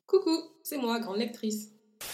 Coucou, c'est moi, grande lectrice.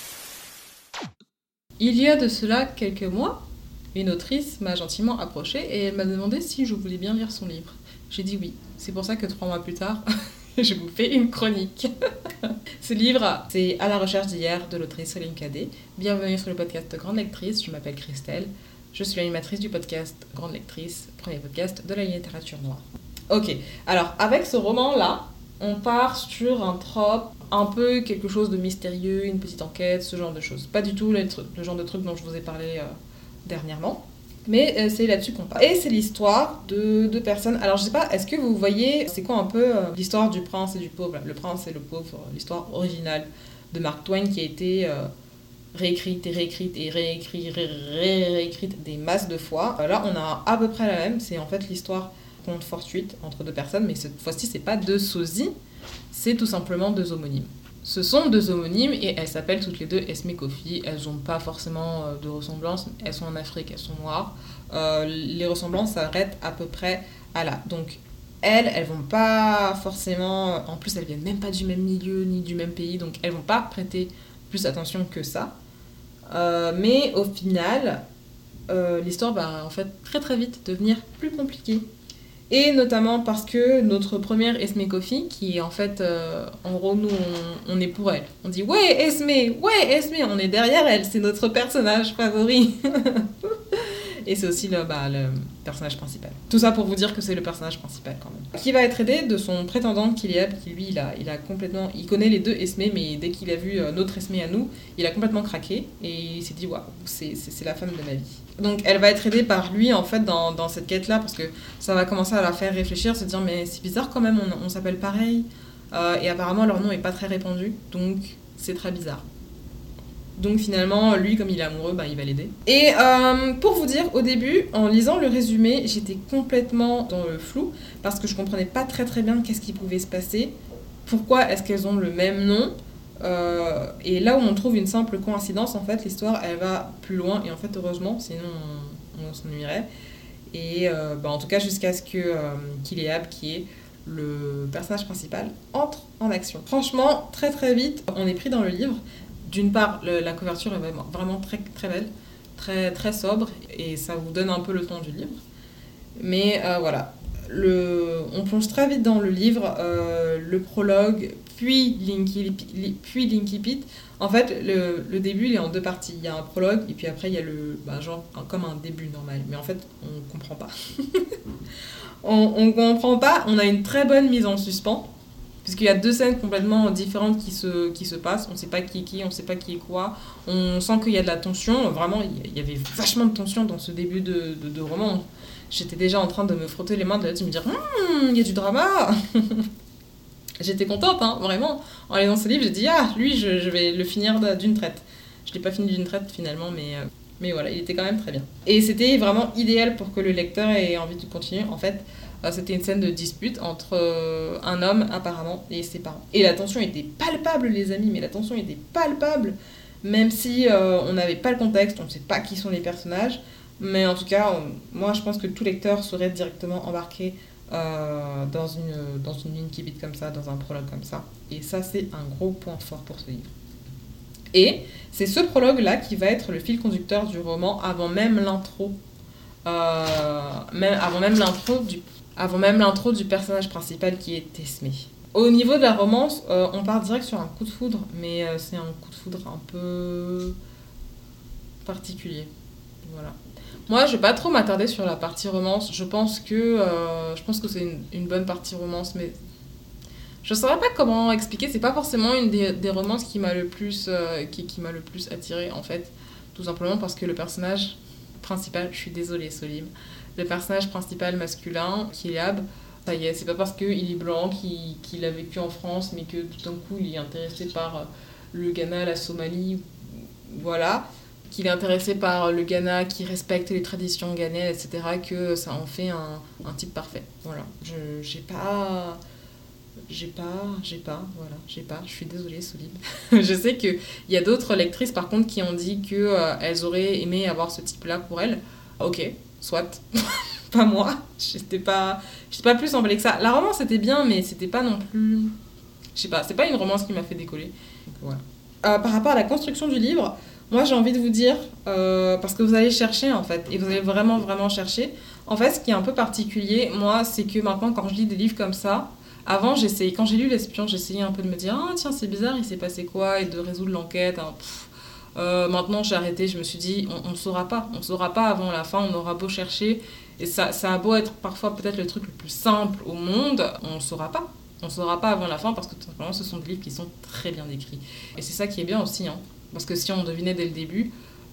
Il y a de cela quelques mois, une autrice m'a gentiment approchée et elle m'a demandé si je voulais bien lire son livre. J'ai dit oui. C'est pour ça que 3 mois plus tard, je vous fais une chronique. Ce livre, c'est À la recherche d'hier de l'autrice Soline Cadet. Bienvenue sur le podcast Grande Lectrice, je m'appelle Christelle. Je suis l'animatrice du podcast Grande Lectrice, premier podcast de la littérature noire. Ok, alors avec ce roman-là, on part sur un trope, un peu quelque chose de mystérieux, une petite enquête, ce genre de choses. Pas du tout le genre de truc dont je vous ai parlé dernièrement. Mais c'est là-dessus qu'on part. Et c'est l'histoire de deux personnes. Alors je sais pas, est-ce que vous voyez, c'est quoi un peu l'histoire du prince et du pauvre? Le prince et le pauvre, l'histoire originale de Mark Twain qui a été réécrite et réécrite et réécrite des masses de fois. Là on a à peu près la même, c'est en fait l'histoire conte fortuite entre deux personnes, mais cette fois-ci c'est pas deux sosies, c'est tout simplement deux homonymes. Ce sont deux homonymes et elles s'appellent toutes les deux Esme et Kofi. Elles n'ont pas forcément de ressemblance, elles sont en Afrique, elles sont noires. Les ressemblances s'arrêtent à peu près à là. Donc elles vont pas forcément... En plus, elles viennent même pas du même milieu ni du même pays, donc elles vont pas prêter plus attention que ça. Mais au final, l'histoire va en fait très très vite devenir plus compliquée. Et notamment parce que notre première Esme Kofi, qui est en fait, en gros, nous, on est pour elle. On dit ouais, Esme, on est derrière elle, c'est notre personnage favori. Et c'est aussi le personnage principal. Tout ça pour vous dire que c'est le personnage principal quand même. Qui va être aidé de son prétendant Kileab, qui lui, il connaît les deux Esme, mais dès qu'il a vu notre Esme à nous, il a complètement craqué et il s'est dit waouh, c'est la femme de ma vie. Donc elle va être aidée par lui en fait dans cette quête-là, parce que ça va commencer à la faire réfléchir, se dire mais c'est bizarre quand même, on s'appelle pareil, et apparemment leur nom est pas très répandu, donc c'est très bizarre. Donc finalement, lui, comme il est amoureux, il va l'aider. Et pour vous dire, au début, en lisant le résumé, j'étais complètement dans le flou, parce que je comprenais pas très très bien qu'est-ce qui pouvait se passer, pourquoi est-ce qu'elles ont le même nom, et là où on trouve une simple coïncidence, en fait, l'histoire, elle va plus loin, et en fait, heureusement, sinon on s'ennuierait. Et en tout cas, jusqu'à ce que Kileab, qui est le personnage principal, entre en action. Franchement, très très vite, on est pris dans le livre. D'une part, la couverture est vraiment très, très belle, très, très sobre, et ça vous donne un peu le ton du livre. Mais voilà, on plonge très vite dans le livre, le prologue, puis l'Inkipit. En fait, le début, il est en deux parties. Il y a un prologue, et puis après, il y a comme un début normal. Mais en fait, on comprend pas. on comprend pas, on a une très bonne mise en suspens. Puisqu'il y a deux scènes complètement différentes qui se passent. On ne sait pas qui est qui, on ne sait pas qui est quoi. On sent qu'il y a de la tension. Vraiment, il y avait vachement de tension dans ce début de roman. J'étais déjà en train de me frotter les mains de me dire il y a du drama. J'étais contente, hein, vraiment. En lisant ce livre, j'ai dit lui, je vais le finir d'une traite. Je ne l'ai pas fini d'une traite finalement, mais voilà, il était quand même très bien. Et c'était vraiment idéal pour que le lecteur ait envie de continuer. En fait, c'était une scène de dispute entre un homme apparemment et ses parents. Et la tension était palpable, les amis, mais la tension était palpable, même si on n'avait pas le contexte, on ne sait pas qui sont les personnages. Mais en tout cas, moi je pense que tout lecteur serait directement embarqué dans une ligne qui bite comme ça, dans un prologue comme ça. Et ça, c'est un gros point fort pour ce livre. Et c'est ce prologue-là qui va être le fil conducteur du roman avant même l'intro. Avant même l'intro du personnage principal qui est Esme. Au niveau de la romance, on part direct sur un coup de foudre, mais c'est un coup de foudre un peu particulier. Voilà. Moi, je vais pas trop m'attarder sur la partie romance. Je pense que c'est une bonne partie romance, mais je saurais pas comment expliquer. C'est pas forcément une des romances qui m'a le plus qui m'a le plus attirée en fait, tout simplement parce que le personnage principal, je suis désolée Solim, le personnage principal masculin, Kileab, ça y est, c'est pas parce qu'il est blanc qu'il a vécu en France, mais que tout d'un coup il est intéressé par le Ghana, la Somalie, voilà, qu'il est intéressé par le Ghana qui respecte les traditions ghanéennes, etc., que ça en fait un type parfait. Voilà, je suis désolée Solim. Je sais qu'il y a d'autres lectrices par contre qui ont dit qu'elles auraient aimé avoir ce type-là pour elles. Ok, soit. Pas moi. J'étais pas plus emballée que ça. La romance était bien, mais c'était pas non plus Je sais pas, c'est pas une romance qui m'a fait décoller. Donc, voilà. Par rapport à la construction du livre, moi j'ai envie de vous dire, parce que vous allez chercher en fait, et vous allez vraiment vraiment chercher. En fait, ce qui est un peu particulier, moi, c'est que maintenant quand je lis des livres comme ça, avant j'essayais, quand j'ai lu L'Espion, j'essayais un peu de me dire, ah tiens c'est bizarre, il s'est passé quoi, et de résoudre l'enquête. Hein, maintenant j'ai arrêté, je me suis dit, on ne saura pas, on saura pas avant la fin, on aura beau chercher, et ça a beau être parfois peut-être le truc le plus simple au monde, on ne saura pas. On ne saura pas avant la fin parce que tout simplement ce sont des livres qui sont très bien écrits. Et c'est ça qui est bien aussi, hein. Parce que si on devinait dès le début,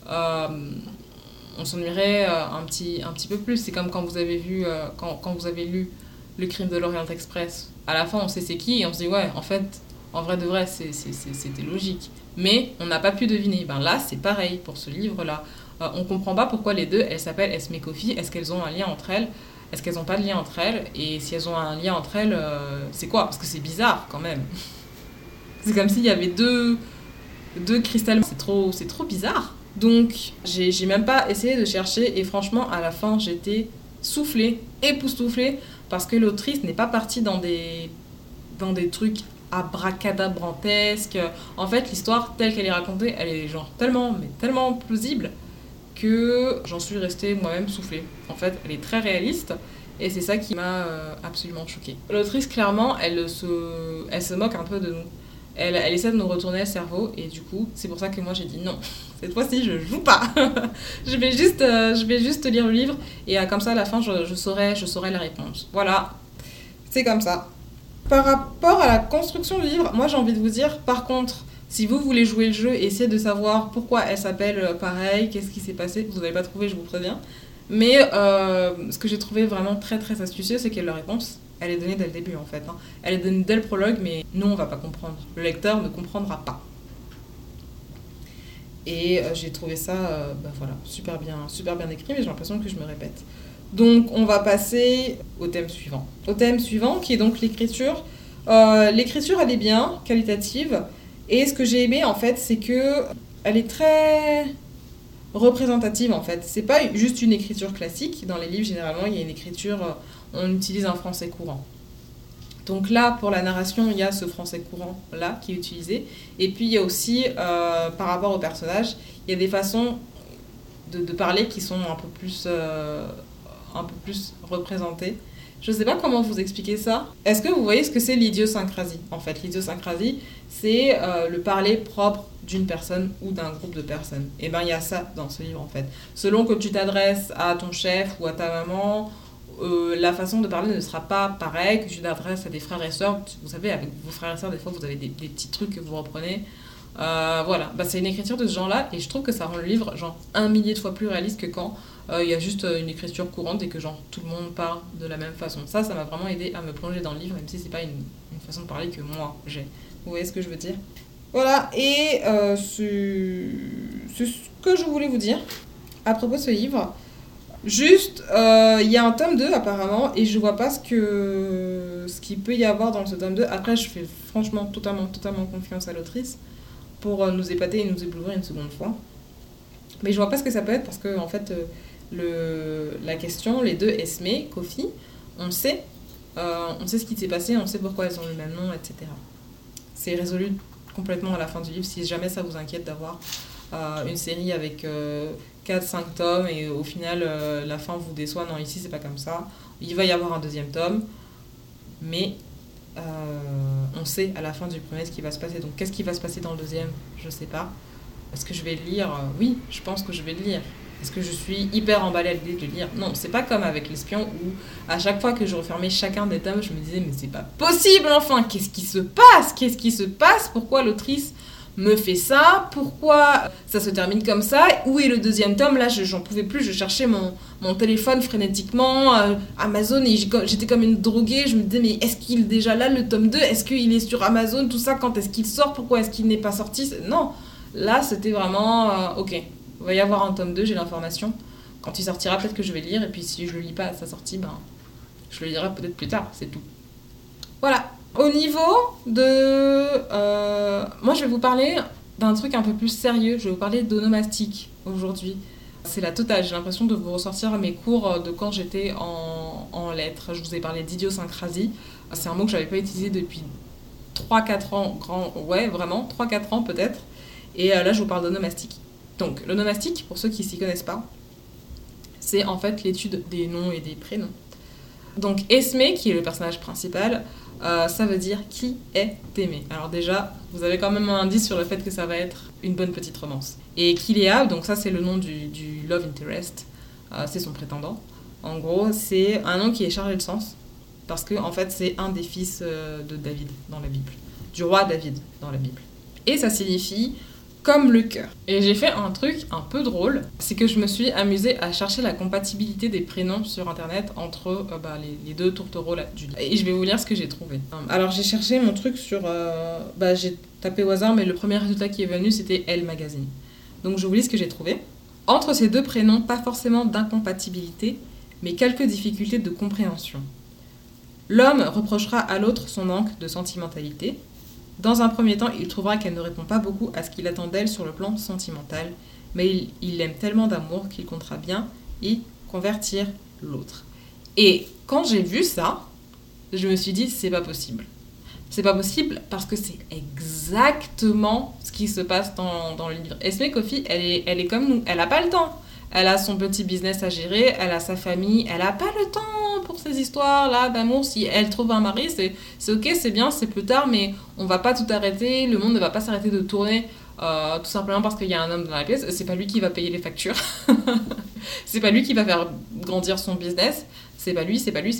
on s'ennuierait un petit peu plus. C'est comme quand vous avez vu, quand vous avez lu Le Crime de l'Orient Express. À la fin, on sait c'est qui et on se dit ouais, en fait, en vrai de vrai, c'était logique. Mais on n'a pas pu deviner. Ben là, c'est pareil pour ce livre-là. On ne comprend pas pourquoi les deux, elles s'appellent Esme et Kofi. Est-ce qu'elles ont un lien entre elles ? Est-ce qu'elles n'ont pas de lien entre elles ? Et si elles ont un lien entre elles, c'est quoi ? Parce que c'est bizarre quand même. C'est comme s'il y avait deux cristal, c'est trop bizarre. Donc j'ai même pas essayé de chercher et franchement à la fin j'étais soufflée, époustouflée parce que l'autrice n'est pas partie dans des trucs abracadabrantesques. En fait l'histoire telle qu'elle est racontée, elle est genre tellement plausible que j'en suis restée moi-même soufflée. En fait elle est très réaliste. Et c'est ça qui m'a absolument choquée. L'autrice, clairement, elle se moque un peu de nous. Elle essaie de nous retourner le cerveau et du coup, c'est pour ça que moi j'ai dit non. Cette fois-ci, je joue pas. je vais juste lire le livre et comme ça, à la fin, je saurai la réponse. Voilà, c'est comme ça. Par rapport à la construction du livre, moi j'ai envie de vous dire, par contre, si vous voulez jouer le jeu et essayer de savoir pourquoi elle s'appelle pareil, qu'est-ce qui s'est passé, vous n'avez pas trouvé, je vous préviens. Mais ce que j'ai trouvé vraiment très très astucieux, c'est que la réponse, elle est donnée dès le début en fait. Hein. Elle est donnée dès le prologue, mais nous on va pas comprendre. Le lecteur ne comprendra pas. Et j'ai trouvé ça voilà, super bien écrit, mais j'ai l'impression que je me répète. Donc on va passer au thème suivant. Au thème suivant, qui est donc l'écriture. L'écriture, elle est bien, qualitative. Et ce que j'ai aimé en fait, c'est que elle est très représentative en fait. C'est pas juste une écriture classique. Dans les livres, généralement, il y a une écriture, on utilise un français courant. Donc là, pour la narration, il y a ce français courant là qui est utilisé. Et puis il y a aussi, par rapport aux personnages, il y a des façons de parler qui sont un peu plus représentées. Je ne sais pas comment vous expliquer ça. Est-ce que vous voyez ce que c'est l'idiosyncrasie ? En fait, l'idiosyncrasie, c'est le parler propre d'une personne ou d'un groupe de personnes. Et bien, il y a ça dans ce livre, en fait. Selon que tu t'adresses à ton chef ou à ta maman, la façon de parler ne sera pas pareille que tu t'adresses à des frères et sœurs. Vous savez, avec vos frères et sœurs, des fois, vous avez des petits trucs que vous reprenez. Voilà, c'est une écriture de ce genre-là, et je trouve que ça rend le livre, genre, 1 millier de fois plus réaliste que quand il y a juste une écriture courante et que genre tout le monde parle de la même façon. Ça m'a vraiment aidé à me plonger dans le livre, même si c'est pas une façon de parler que moi j'ai. Vous voyez ce que je veux dire ? Voilà, et c'est ce que je voulais vous dire à propos de ce livre. Juste, il y a un tome 2 apparemment, et je vois pas ce qu'il peut y avoir dans ce tome 2. Après, je fais franchement totalement confiance à l'autrice pour nous épater et nous éblouir une seconde fois. Mais je vois pas ce que ça peut être parce que en fait la question, les deux Esme, Kofi, on sait ce qui s'est passé, on sait pourquoi elles ont le même nom, etc. C'est résolu complètement à la fin du livre, si jamais ça vous inquiète d'avoir une série avec 4-5 tomes et au final la fin vous déçoit. Non, ici c'est pas comme ça. Il va y avoir un deuxième tome, mais on sait à la fin du premier ce qui va se passer. Donc qu'est-ce qui va se passer dans le deuxième ? Je sais pas. Est-ce que je vais le lire ? Oui, je pense que je vais le lire. Est-ce que je suis hyper emballée à l'idée de le lire ? Non, c'est pas comme avec L'Espion où à chaque fois que je refermais chacun des tomes, je me disais mais c'est pas possible enfin, qu'est-ce qui se passe ? Pourquoi l'autrice me fait ça ? Pourquoi ça se termine comme ça ? Où est le deuxième tome ? Là, j'en pouvais plus, je cherchais mon téléphone frénétiquement, Amazon, et j'étais comme une droguée, je me disais mais est-ce qu'il est déjà là le tome 2 ? Est-ce qu'il est sur Amazon ? Tout ça, quand est-ce qu'il sort ? Pourquoi est-ce qu'il n'est pas sorti ? Non, là c'était vraiment ok. Il va y avoir un tome 2, j'ai l'information. Quand il sortira, peut-être que je vais le lire. Et puis si je le lis pas à sa sortie, je le lirai peut-être plus tard, c'est tout. Voilà. Au niveau de... moi, je vais vous parler d'un truc un peu plus sérieux. Je vais vous parler d'onomastique aujourd'hui. C'est la totale. J'ai l'impression de vous ressortir mes cours de quand j'étais en lettres. Je vous ai parlé d'idiosyncrasie. C'est un mot que je n'avais pas utilisé depuis 3-4 ans, ouais, vraiment, 3-4 ans peut-être. Et là, je vous parle d'onomastique. Donc, l'onomastique, pour ceux qui ne s'y connaissent pas, c'est en fait l'étude des noms et des prénoms. Donc, Esmé, qui est le personnage principal, ça veut dire qui est aimé. Alors déjà, vous avez quand même un indice sur le fait que ça va être une bonne petite romance. Et Kilea, donc ça c'est le nom du love interest, c'est son prétendant. En gros, c'est un nom qui est chargé de sens, parce que en fait c'est un des fils de David dans la Bible, du roi David dans la Bible. Et ça signifie comme le cœur. Et j'ai fait un truc un peu drôle, c'est que je me suis amusée à chercher la compatibilité des prénoms sur internet entre les deux tourtereaux là, et je vais vous lire ce que j'ai trouvé. Alors j'ai cherché mon truc sur... j'ai tapé au hasard, mais le premier résultat qui est venu c'était Elle Magazine. Donc je vous lis ce que j'ai trouvé. Entre ces deux prénoms, pas forcément d'incompatibilité, mais quelques difficultés de compréhension. L'homme reprochera à l'autre son manque de sentimentalité. Dans un premier temps, il trouvera qu'elle ne répond pas beaucoup à ce qu'il attend d'elle sur le plan sentimental, mais il l'aime tellement d'amour qu'il comptera bien y convertir l'autre. Et quand j'ai vu ça, je me suis dit, c'est pas possible. C'est pas possible parce que c'est exactement ce qui se passe dans le livre. Esmé Coffey, elle est comme nous, elle a pas le temps. Elle a son petit business à gérer, elle a sa famille, elle a pas le temps pour ces histoires-là d'amour. Si elle trouve un mari, c'est ok, c'est bien, c'est plus tard, mais on va pas tout arrêter, le monde ne va pas s'arrêter de tourner tout simplement parce qu'il y a un homme dans la pièce. C'est pas lui qui va payer les factures. C'est pas lui qui va faire grandir son business. C'est pas lui.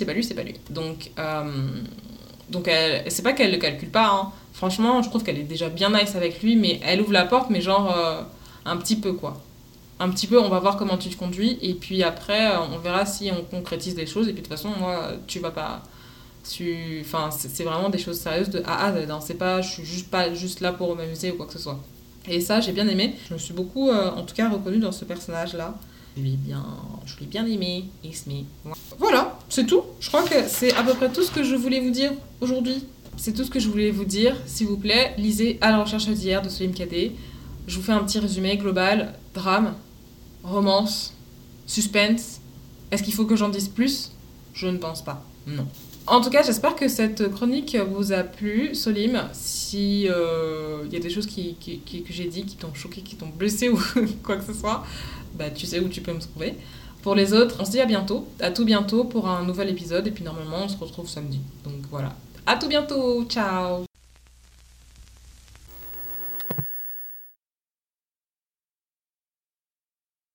Donc c'est pas qu'elle le calcule pas, hein. Franchement, je trouve qu'elle est déjà bien nice avec lui, mais elle ouvre la porte, mais genre un petit peu quoi. Un petit peu, on va voir comment tu te conduis, et puis après, on verra si on concrétise des choses, et puis de toute façon, moi, tu vas pas... Enfin, c'est vraiment des choses sérieuses de A à Z, hein. C'est pas, je suis pas juste là pour m'amuser ou quoi que ce soit. Et ça, j'ai bien aimé. Je me suis beaucoup, en tout cas, reconnue dans ce personnage-là. Je l'ai bien aimé, Esmé. Voilà, c'est tout. Je crois que c'est à peu près tout ce que je voulais vous dire aujourd'hui. C'est tout ce que je voulais vous dire. S'il vous plaît, lisez À la recherche d'hier de Solim Kadé. Je vous fais un petit résumé global. Drame, romance, suspense. Est-ce qu'il faut que j'en dise plus ? Je ne pense pas. Non. En tout cas, j'espère que cette chronique vous a plu. Solim, si y a des choses que j'ai dit qui t'ont choqué, qui t'ont blessé ou quoi que ce soit, bah, tu sais où tu peux me trouver. Pour les autres, on se dit à bientôt. À tout bientôt pour un nouvel épisode. Et puis normalement, on se retrouve samedi. Donc voilà. À tout bientôt. Ciao.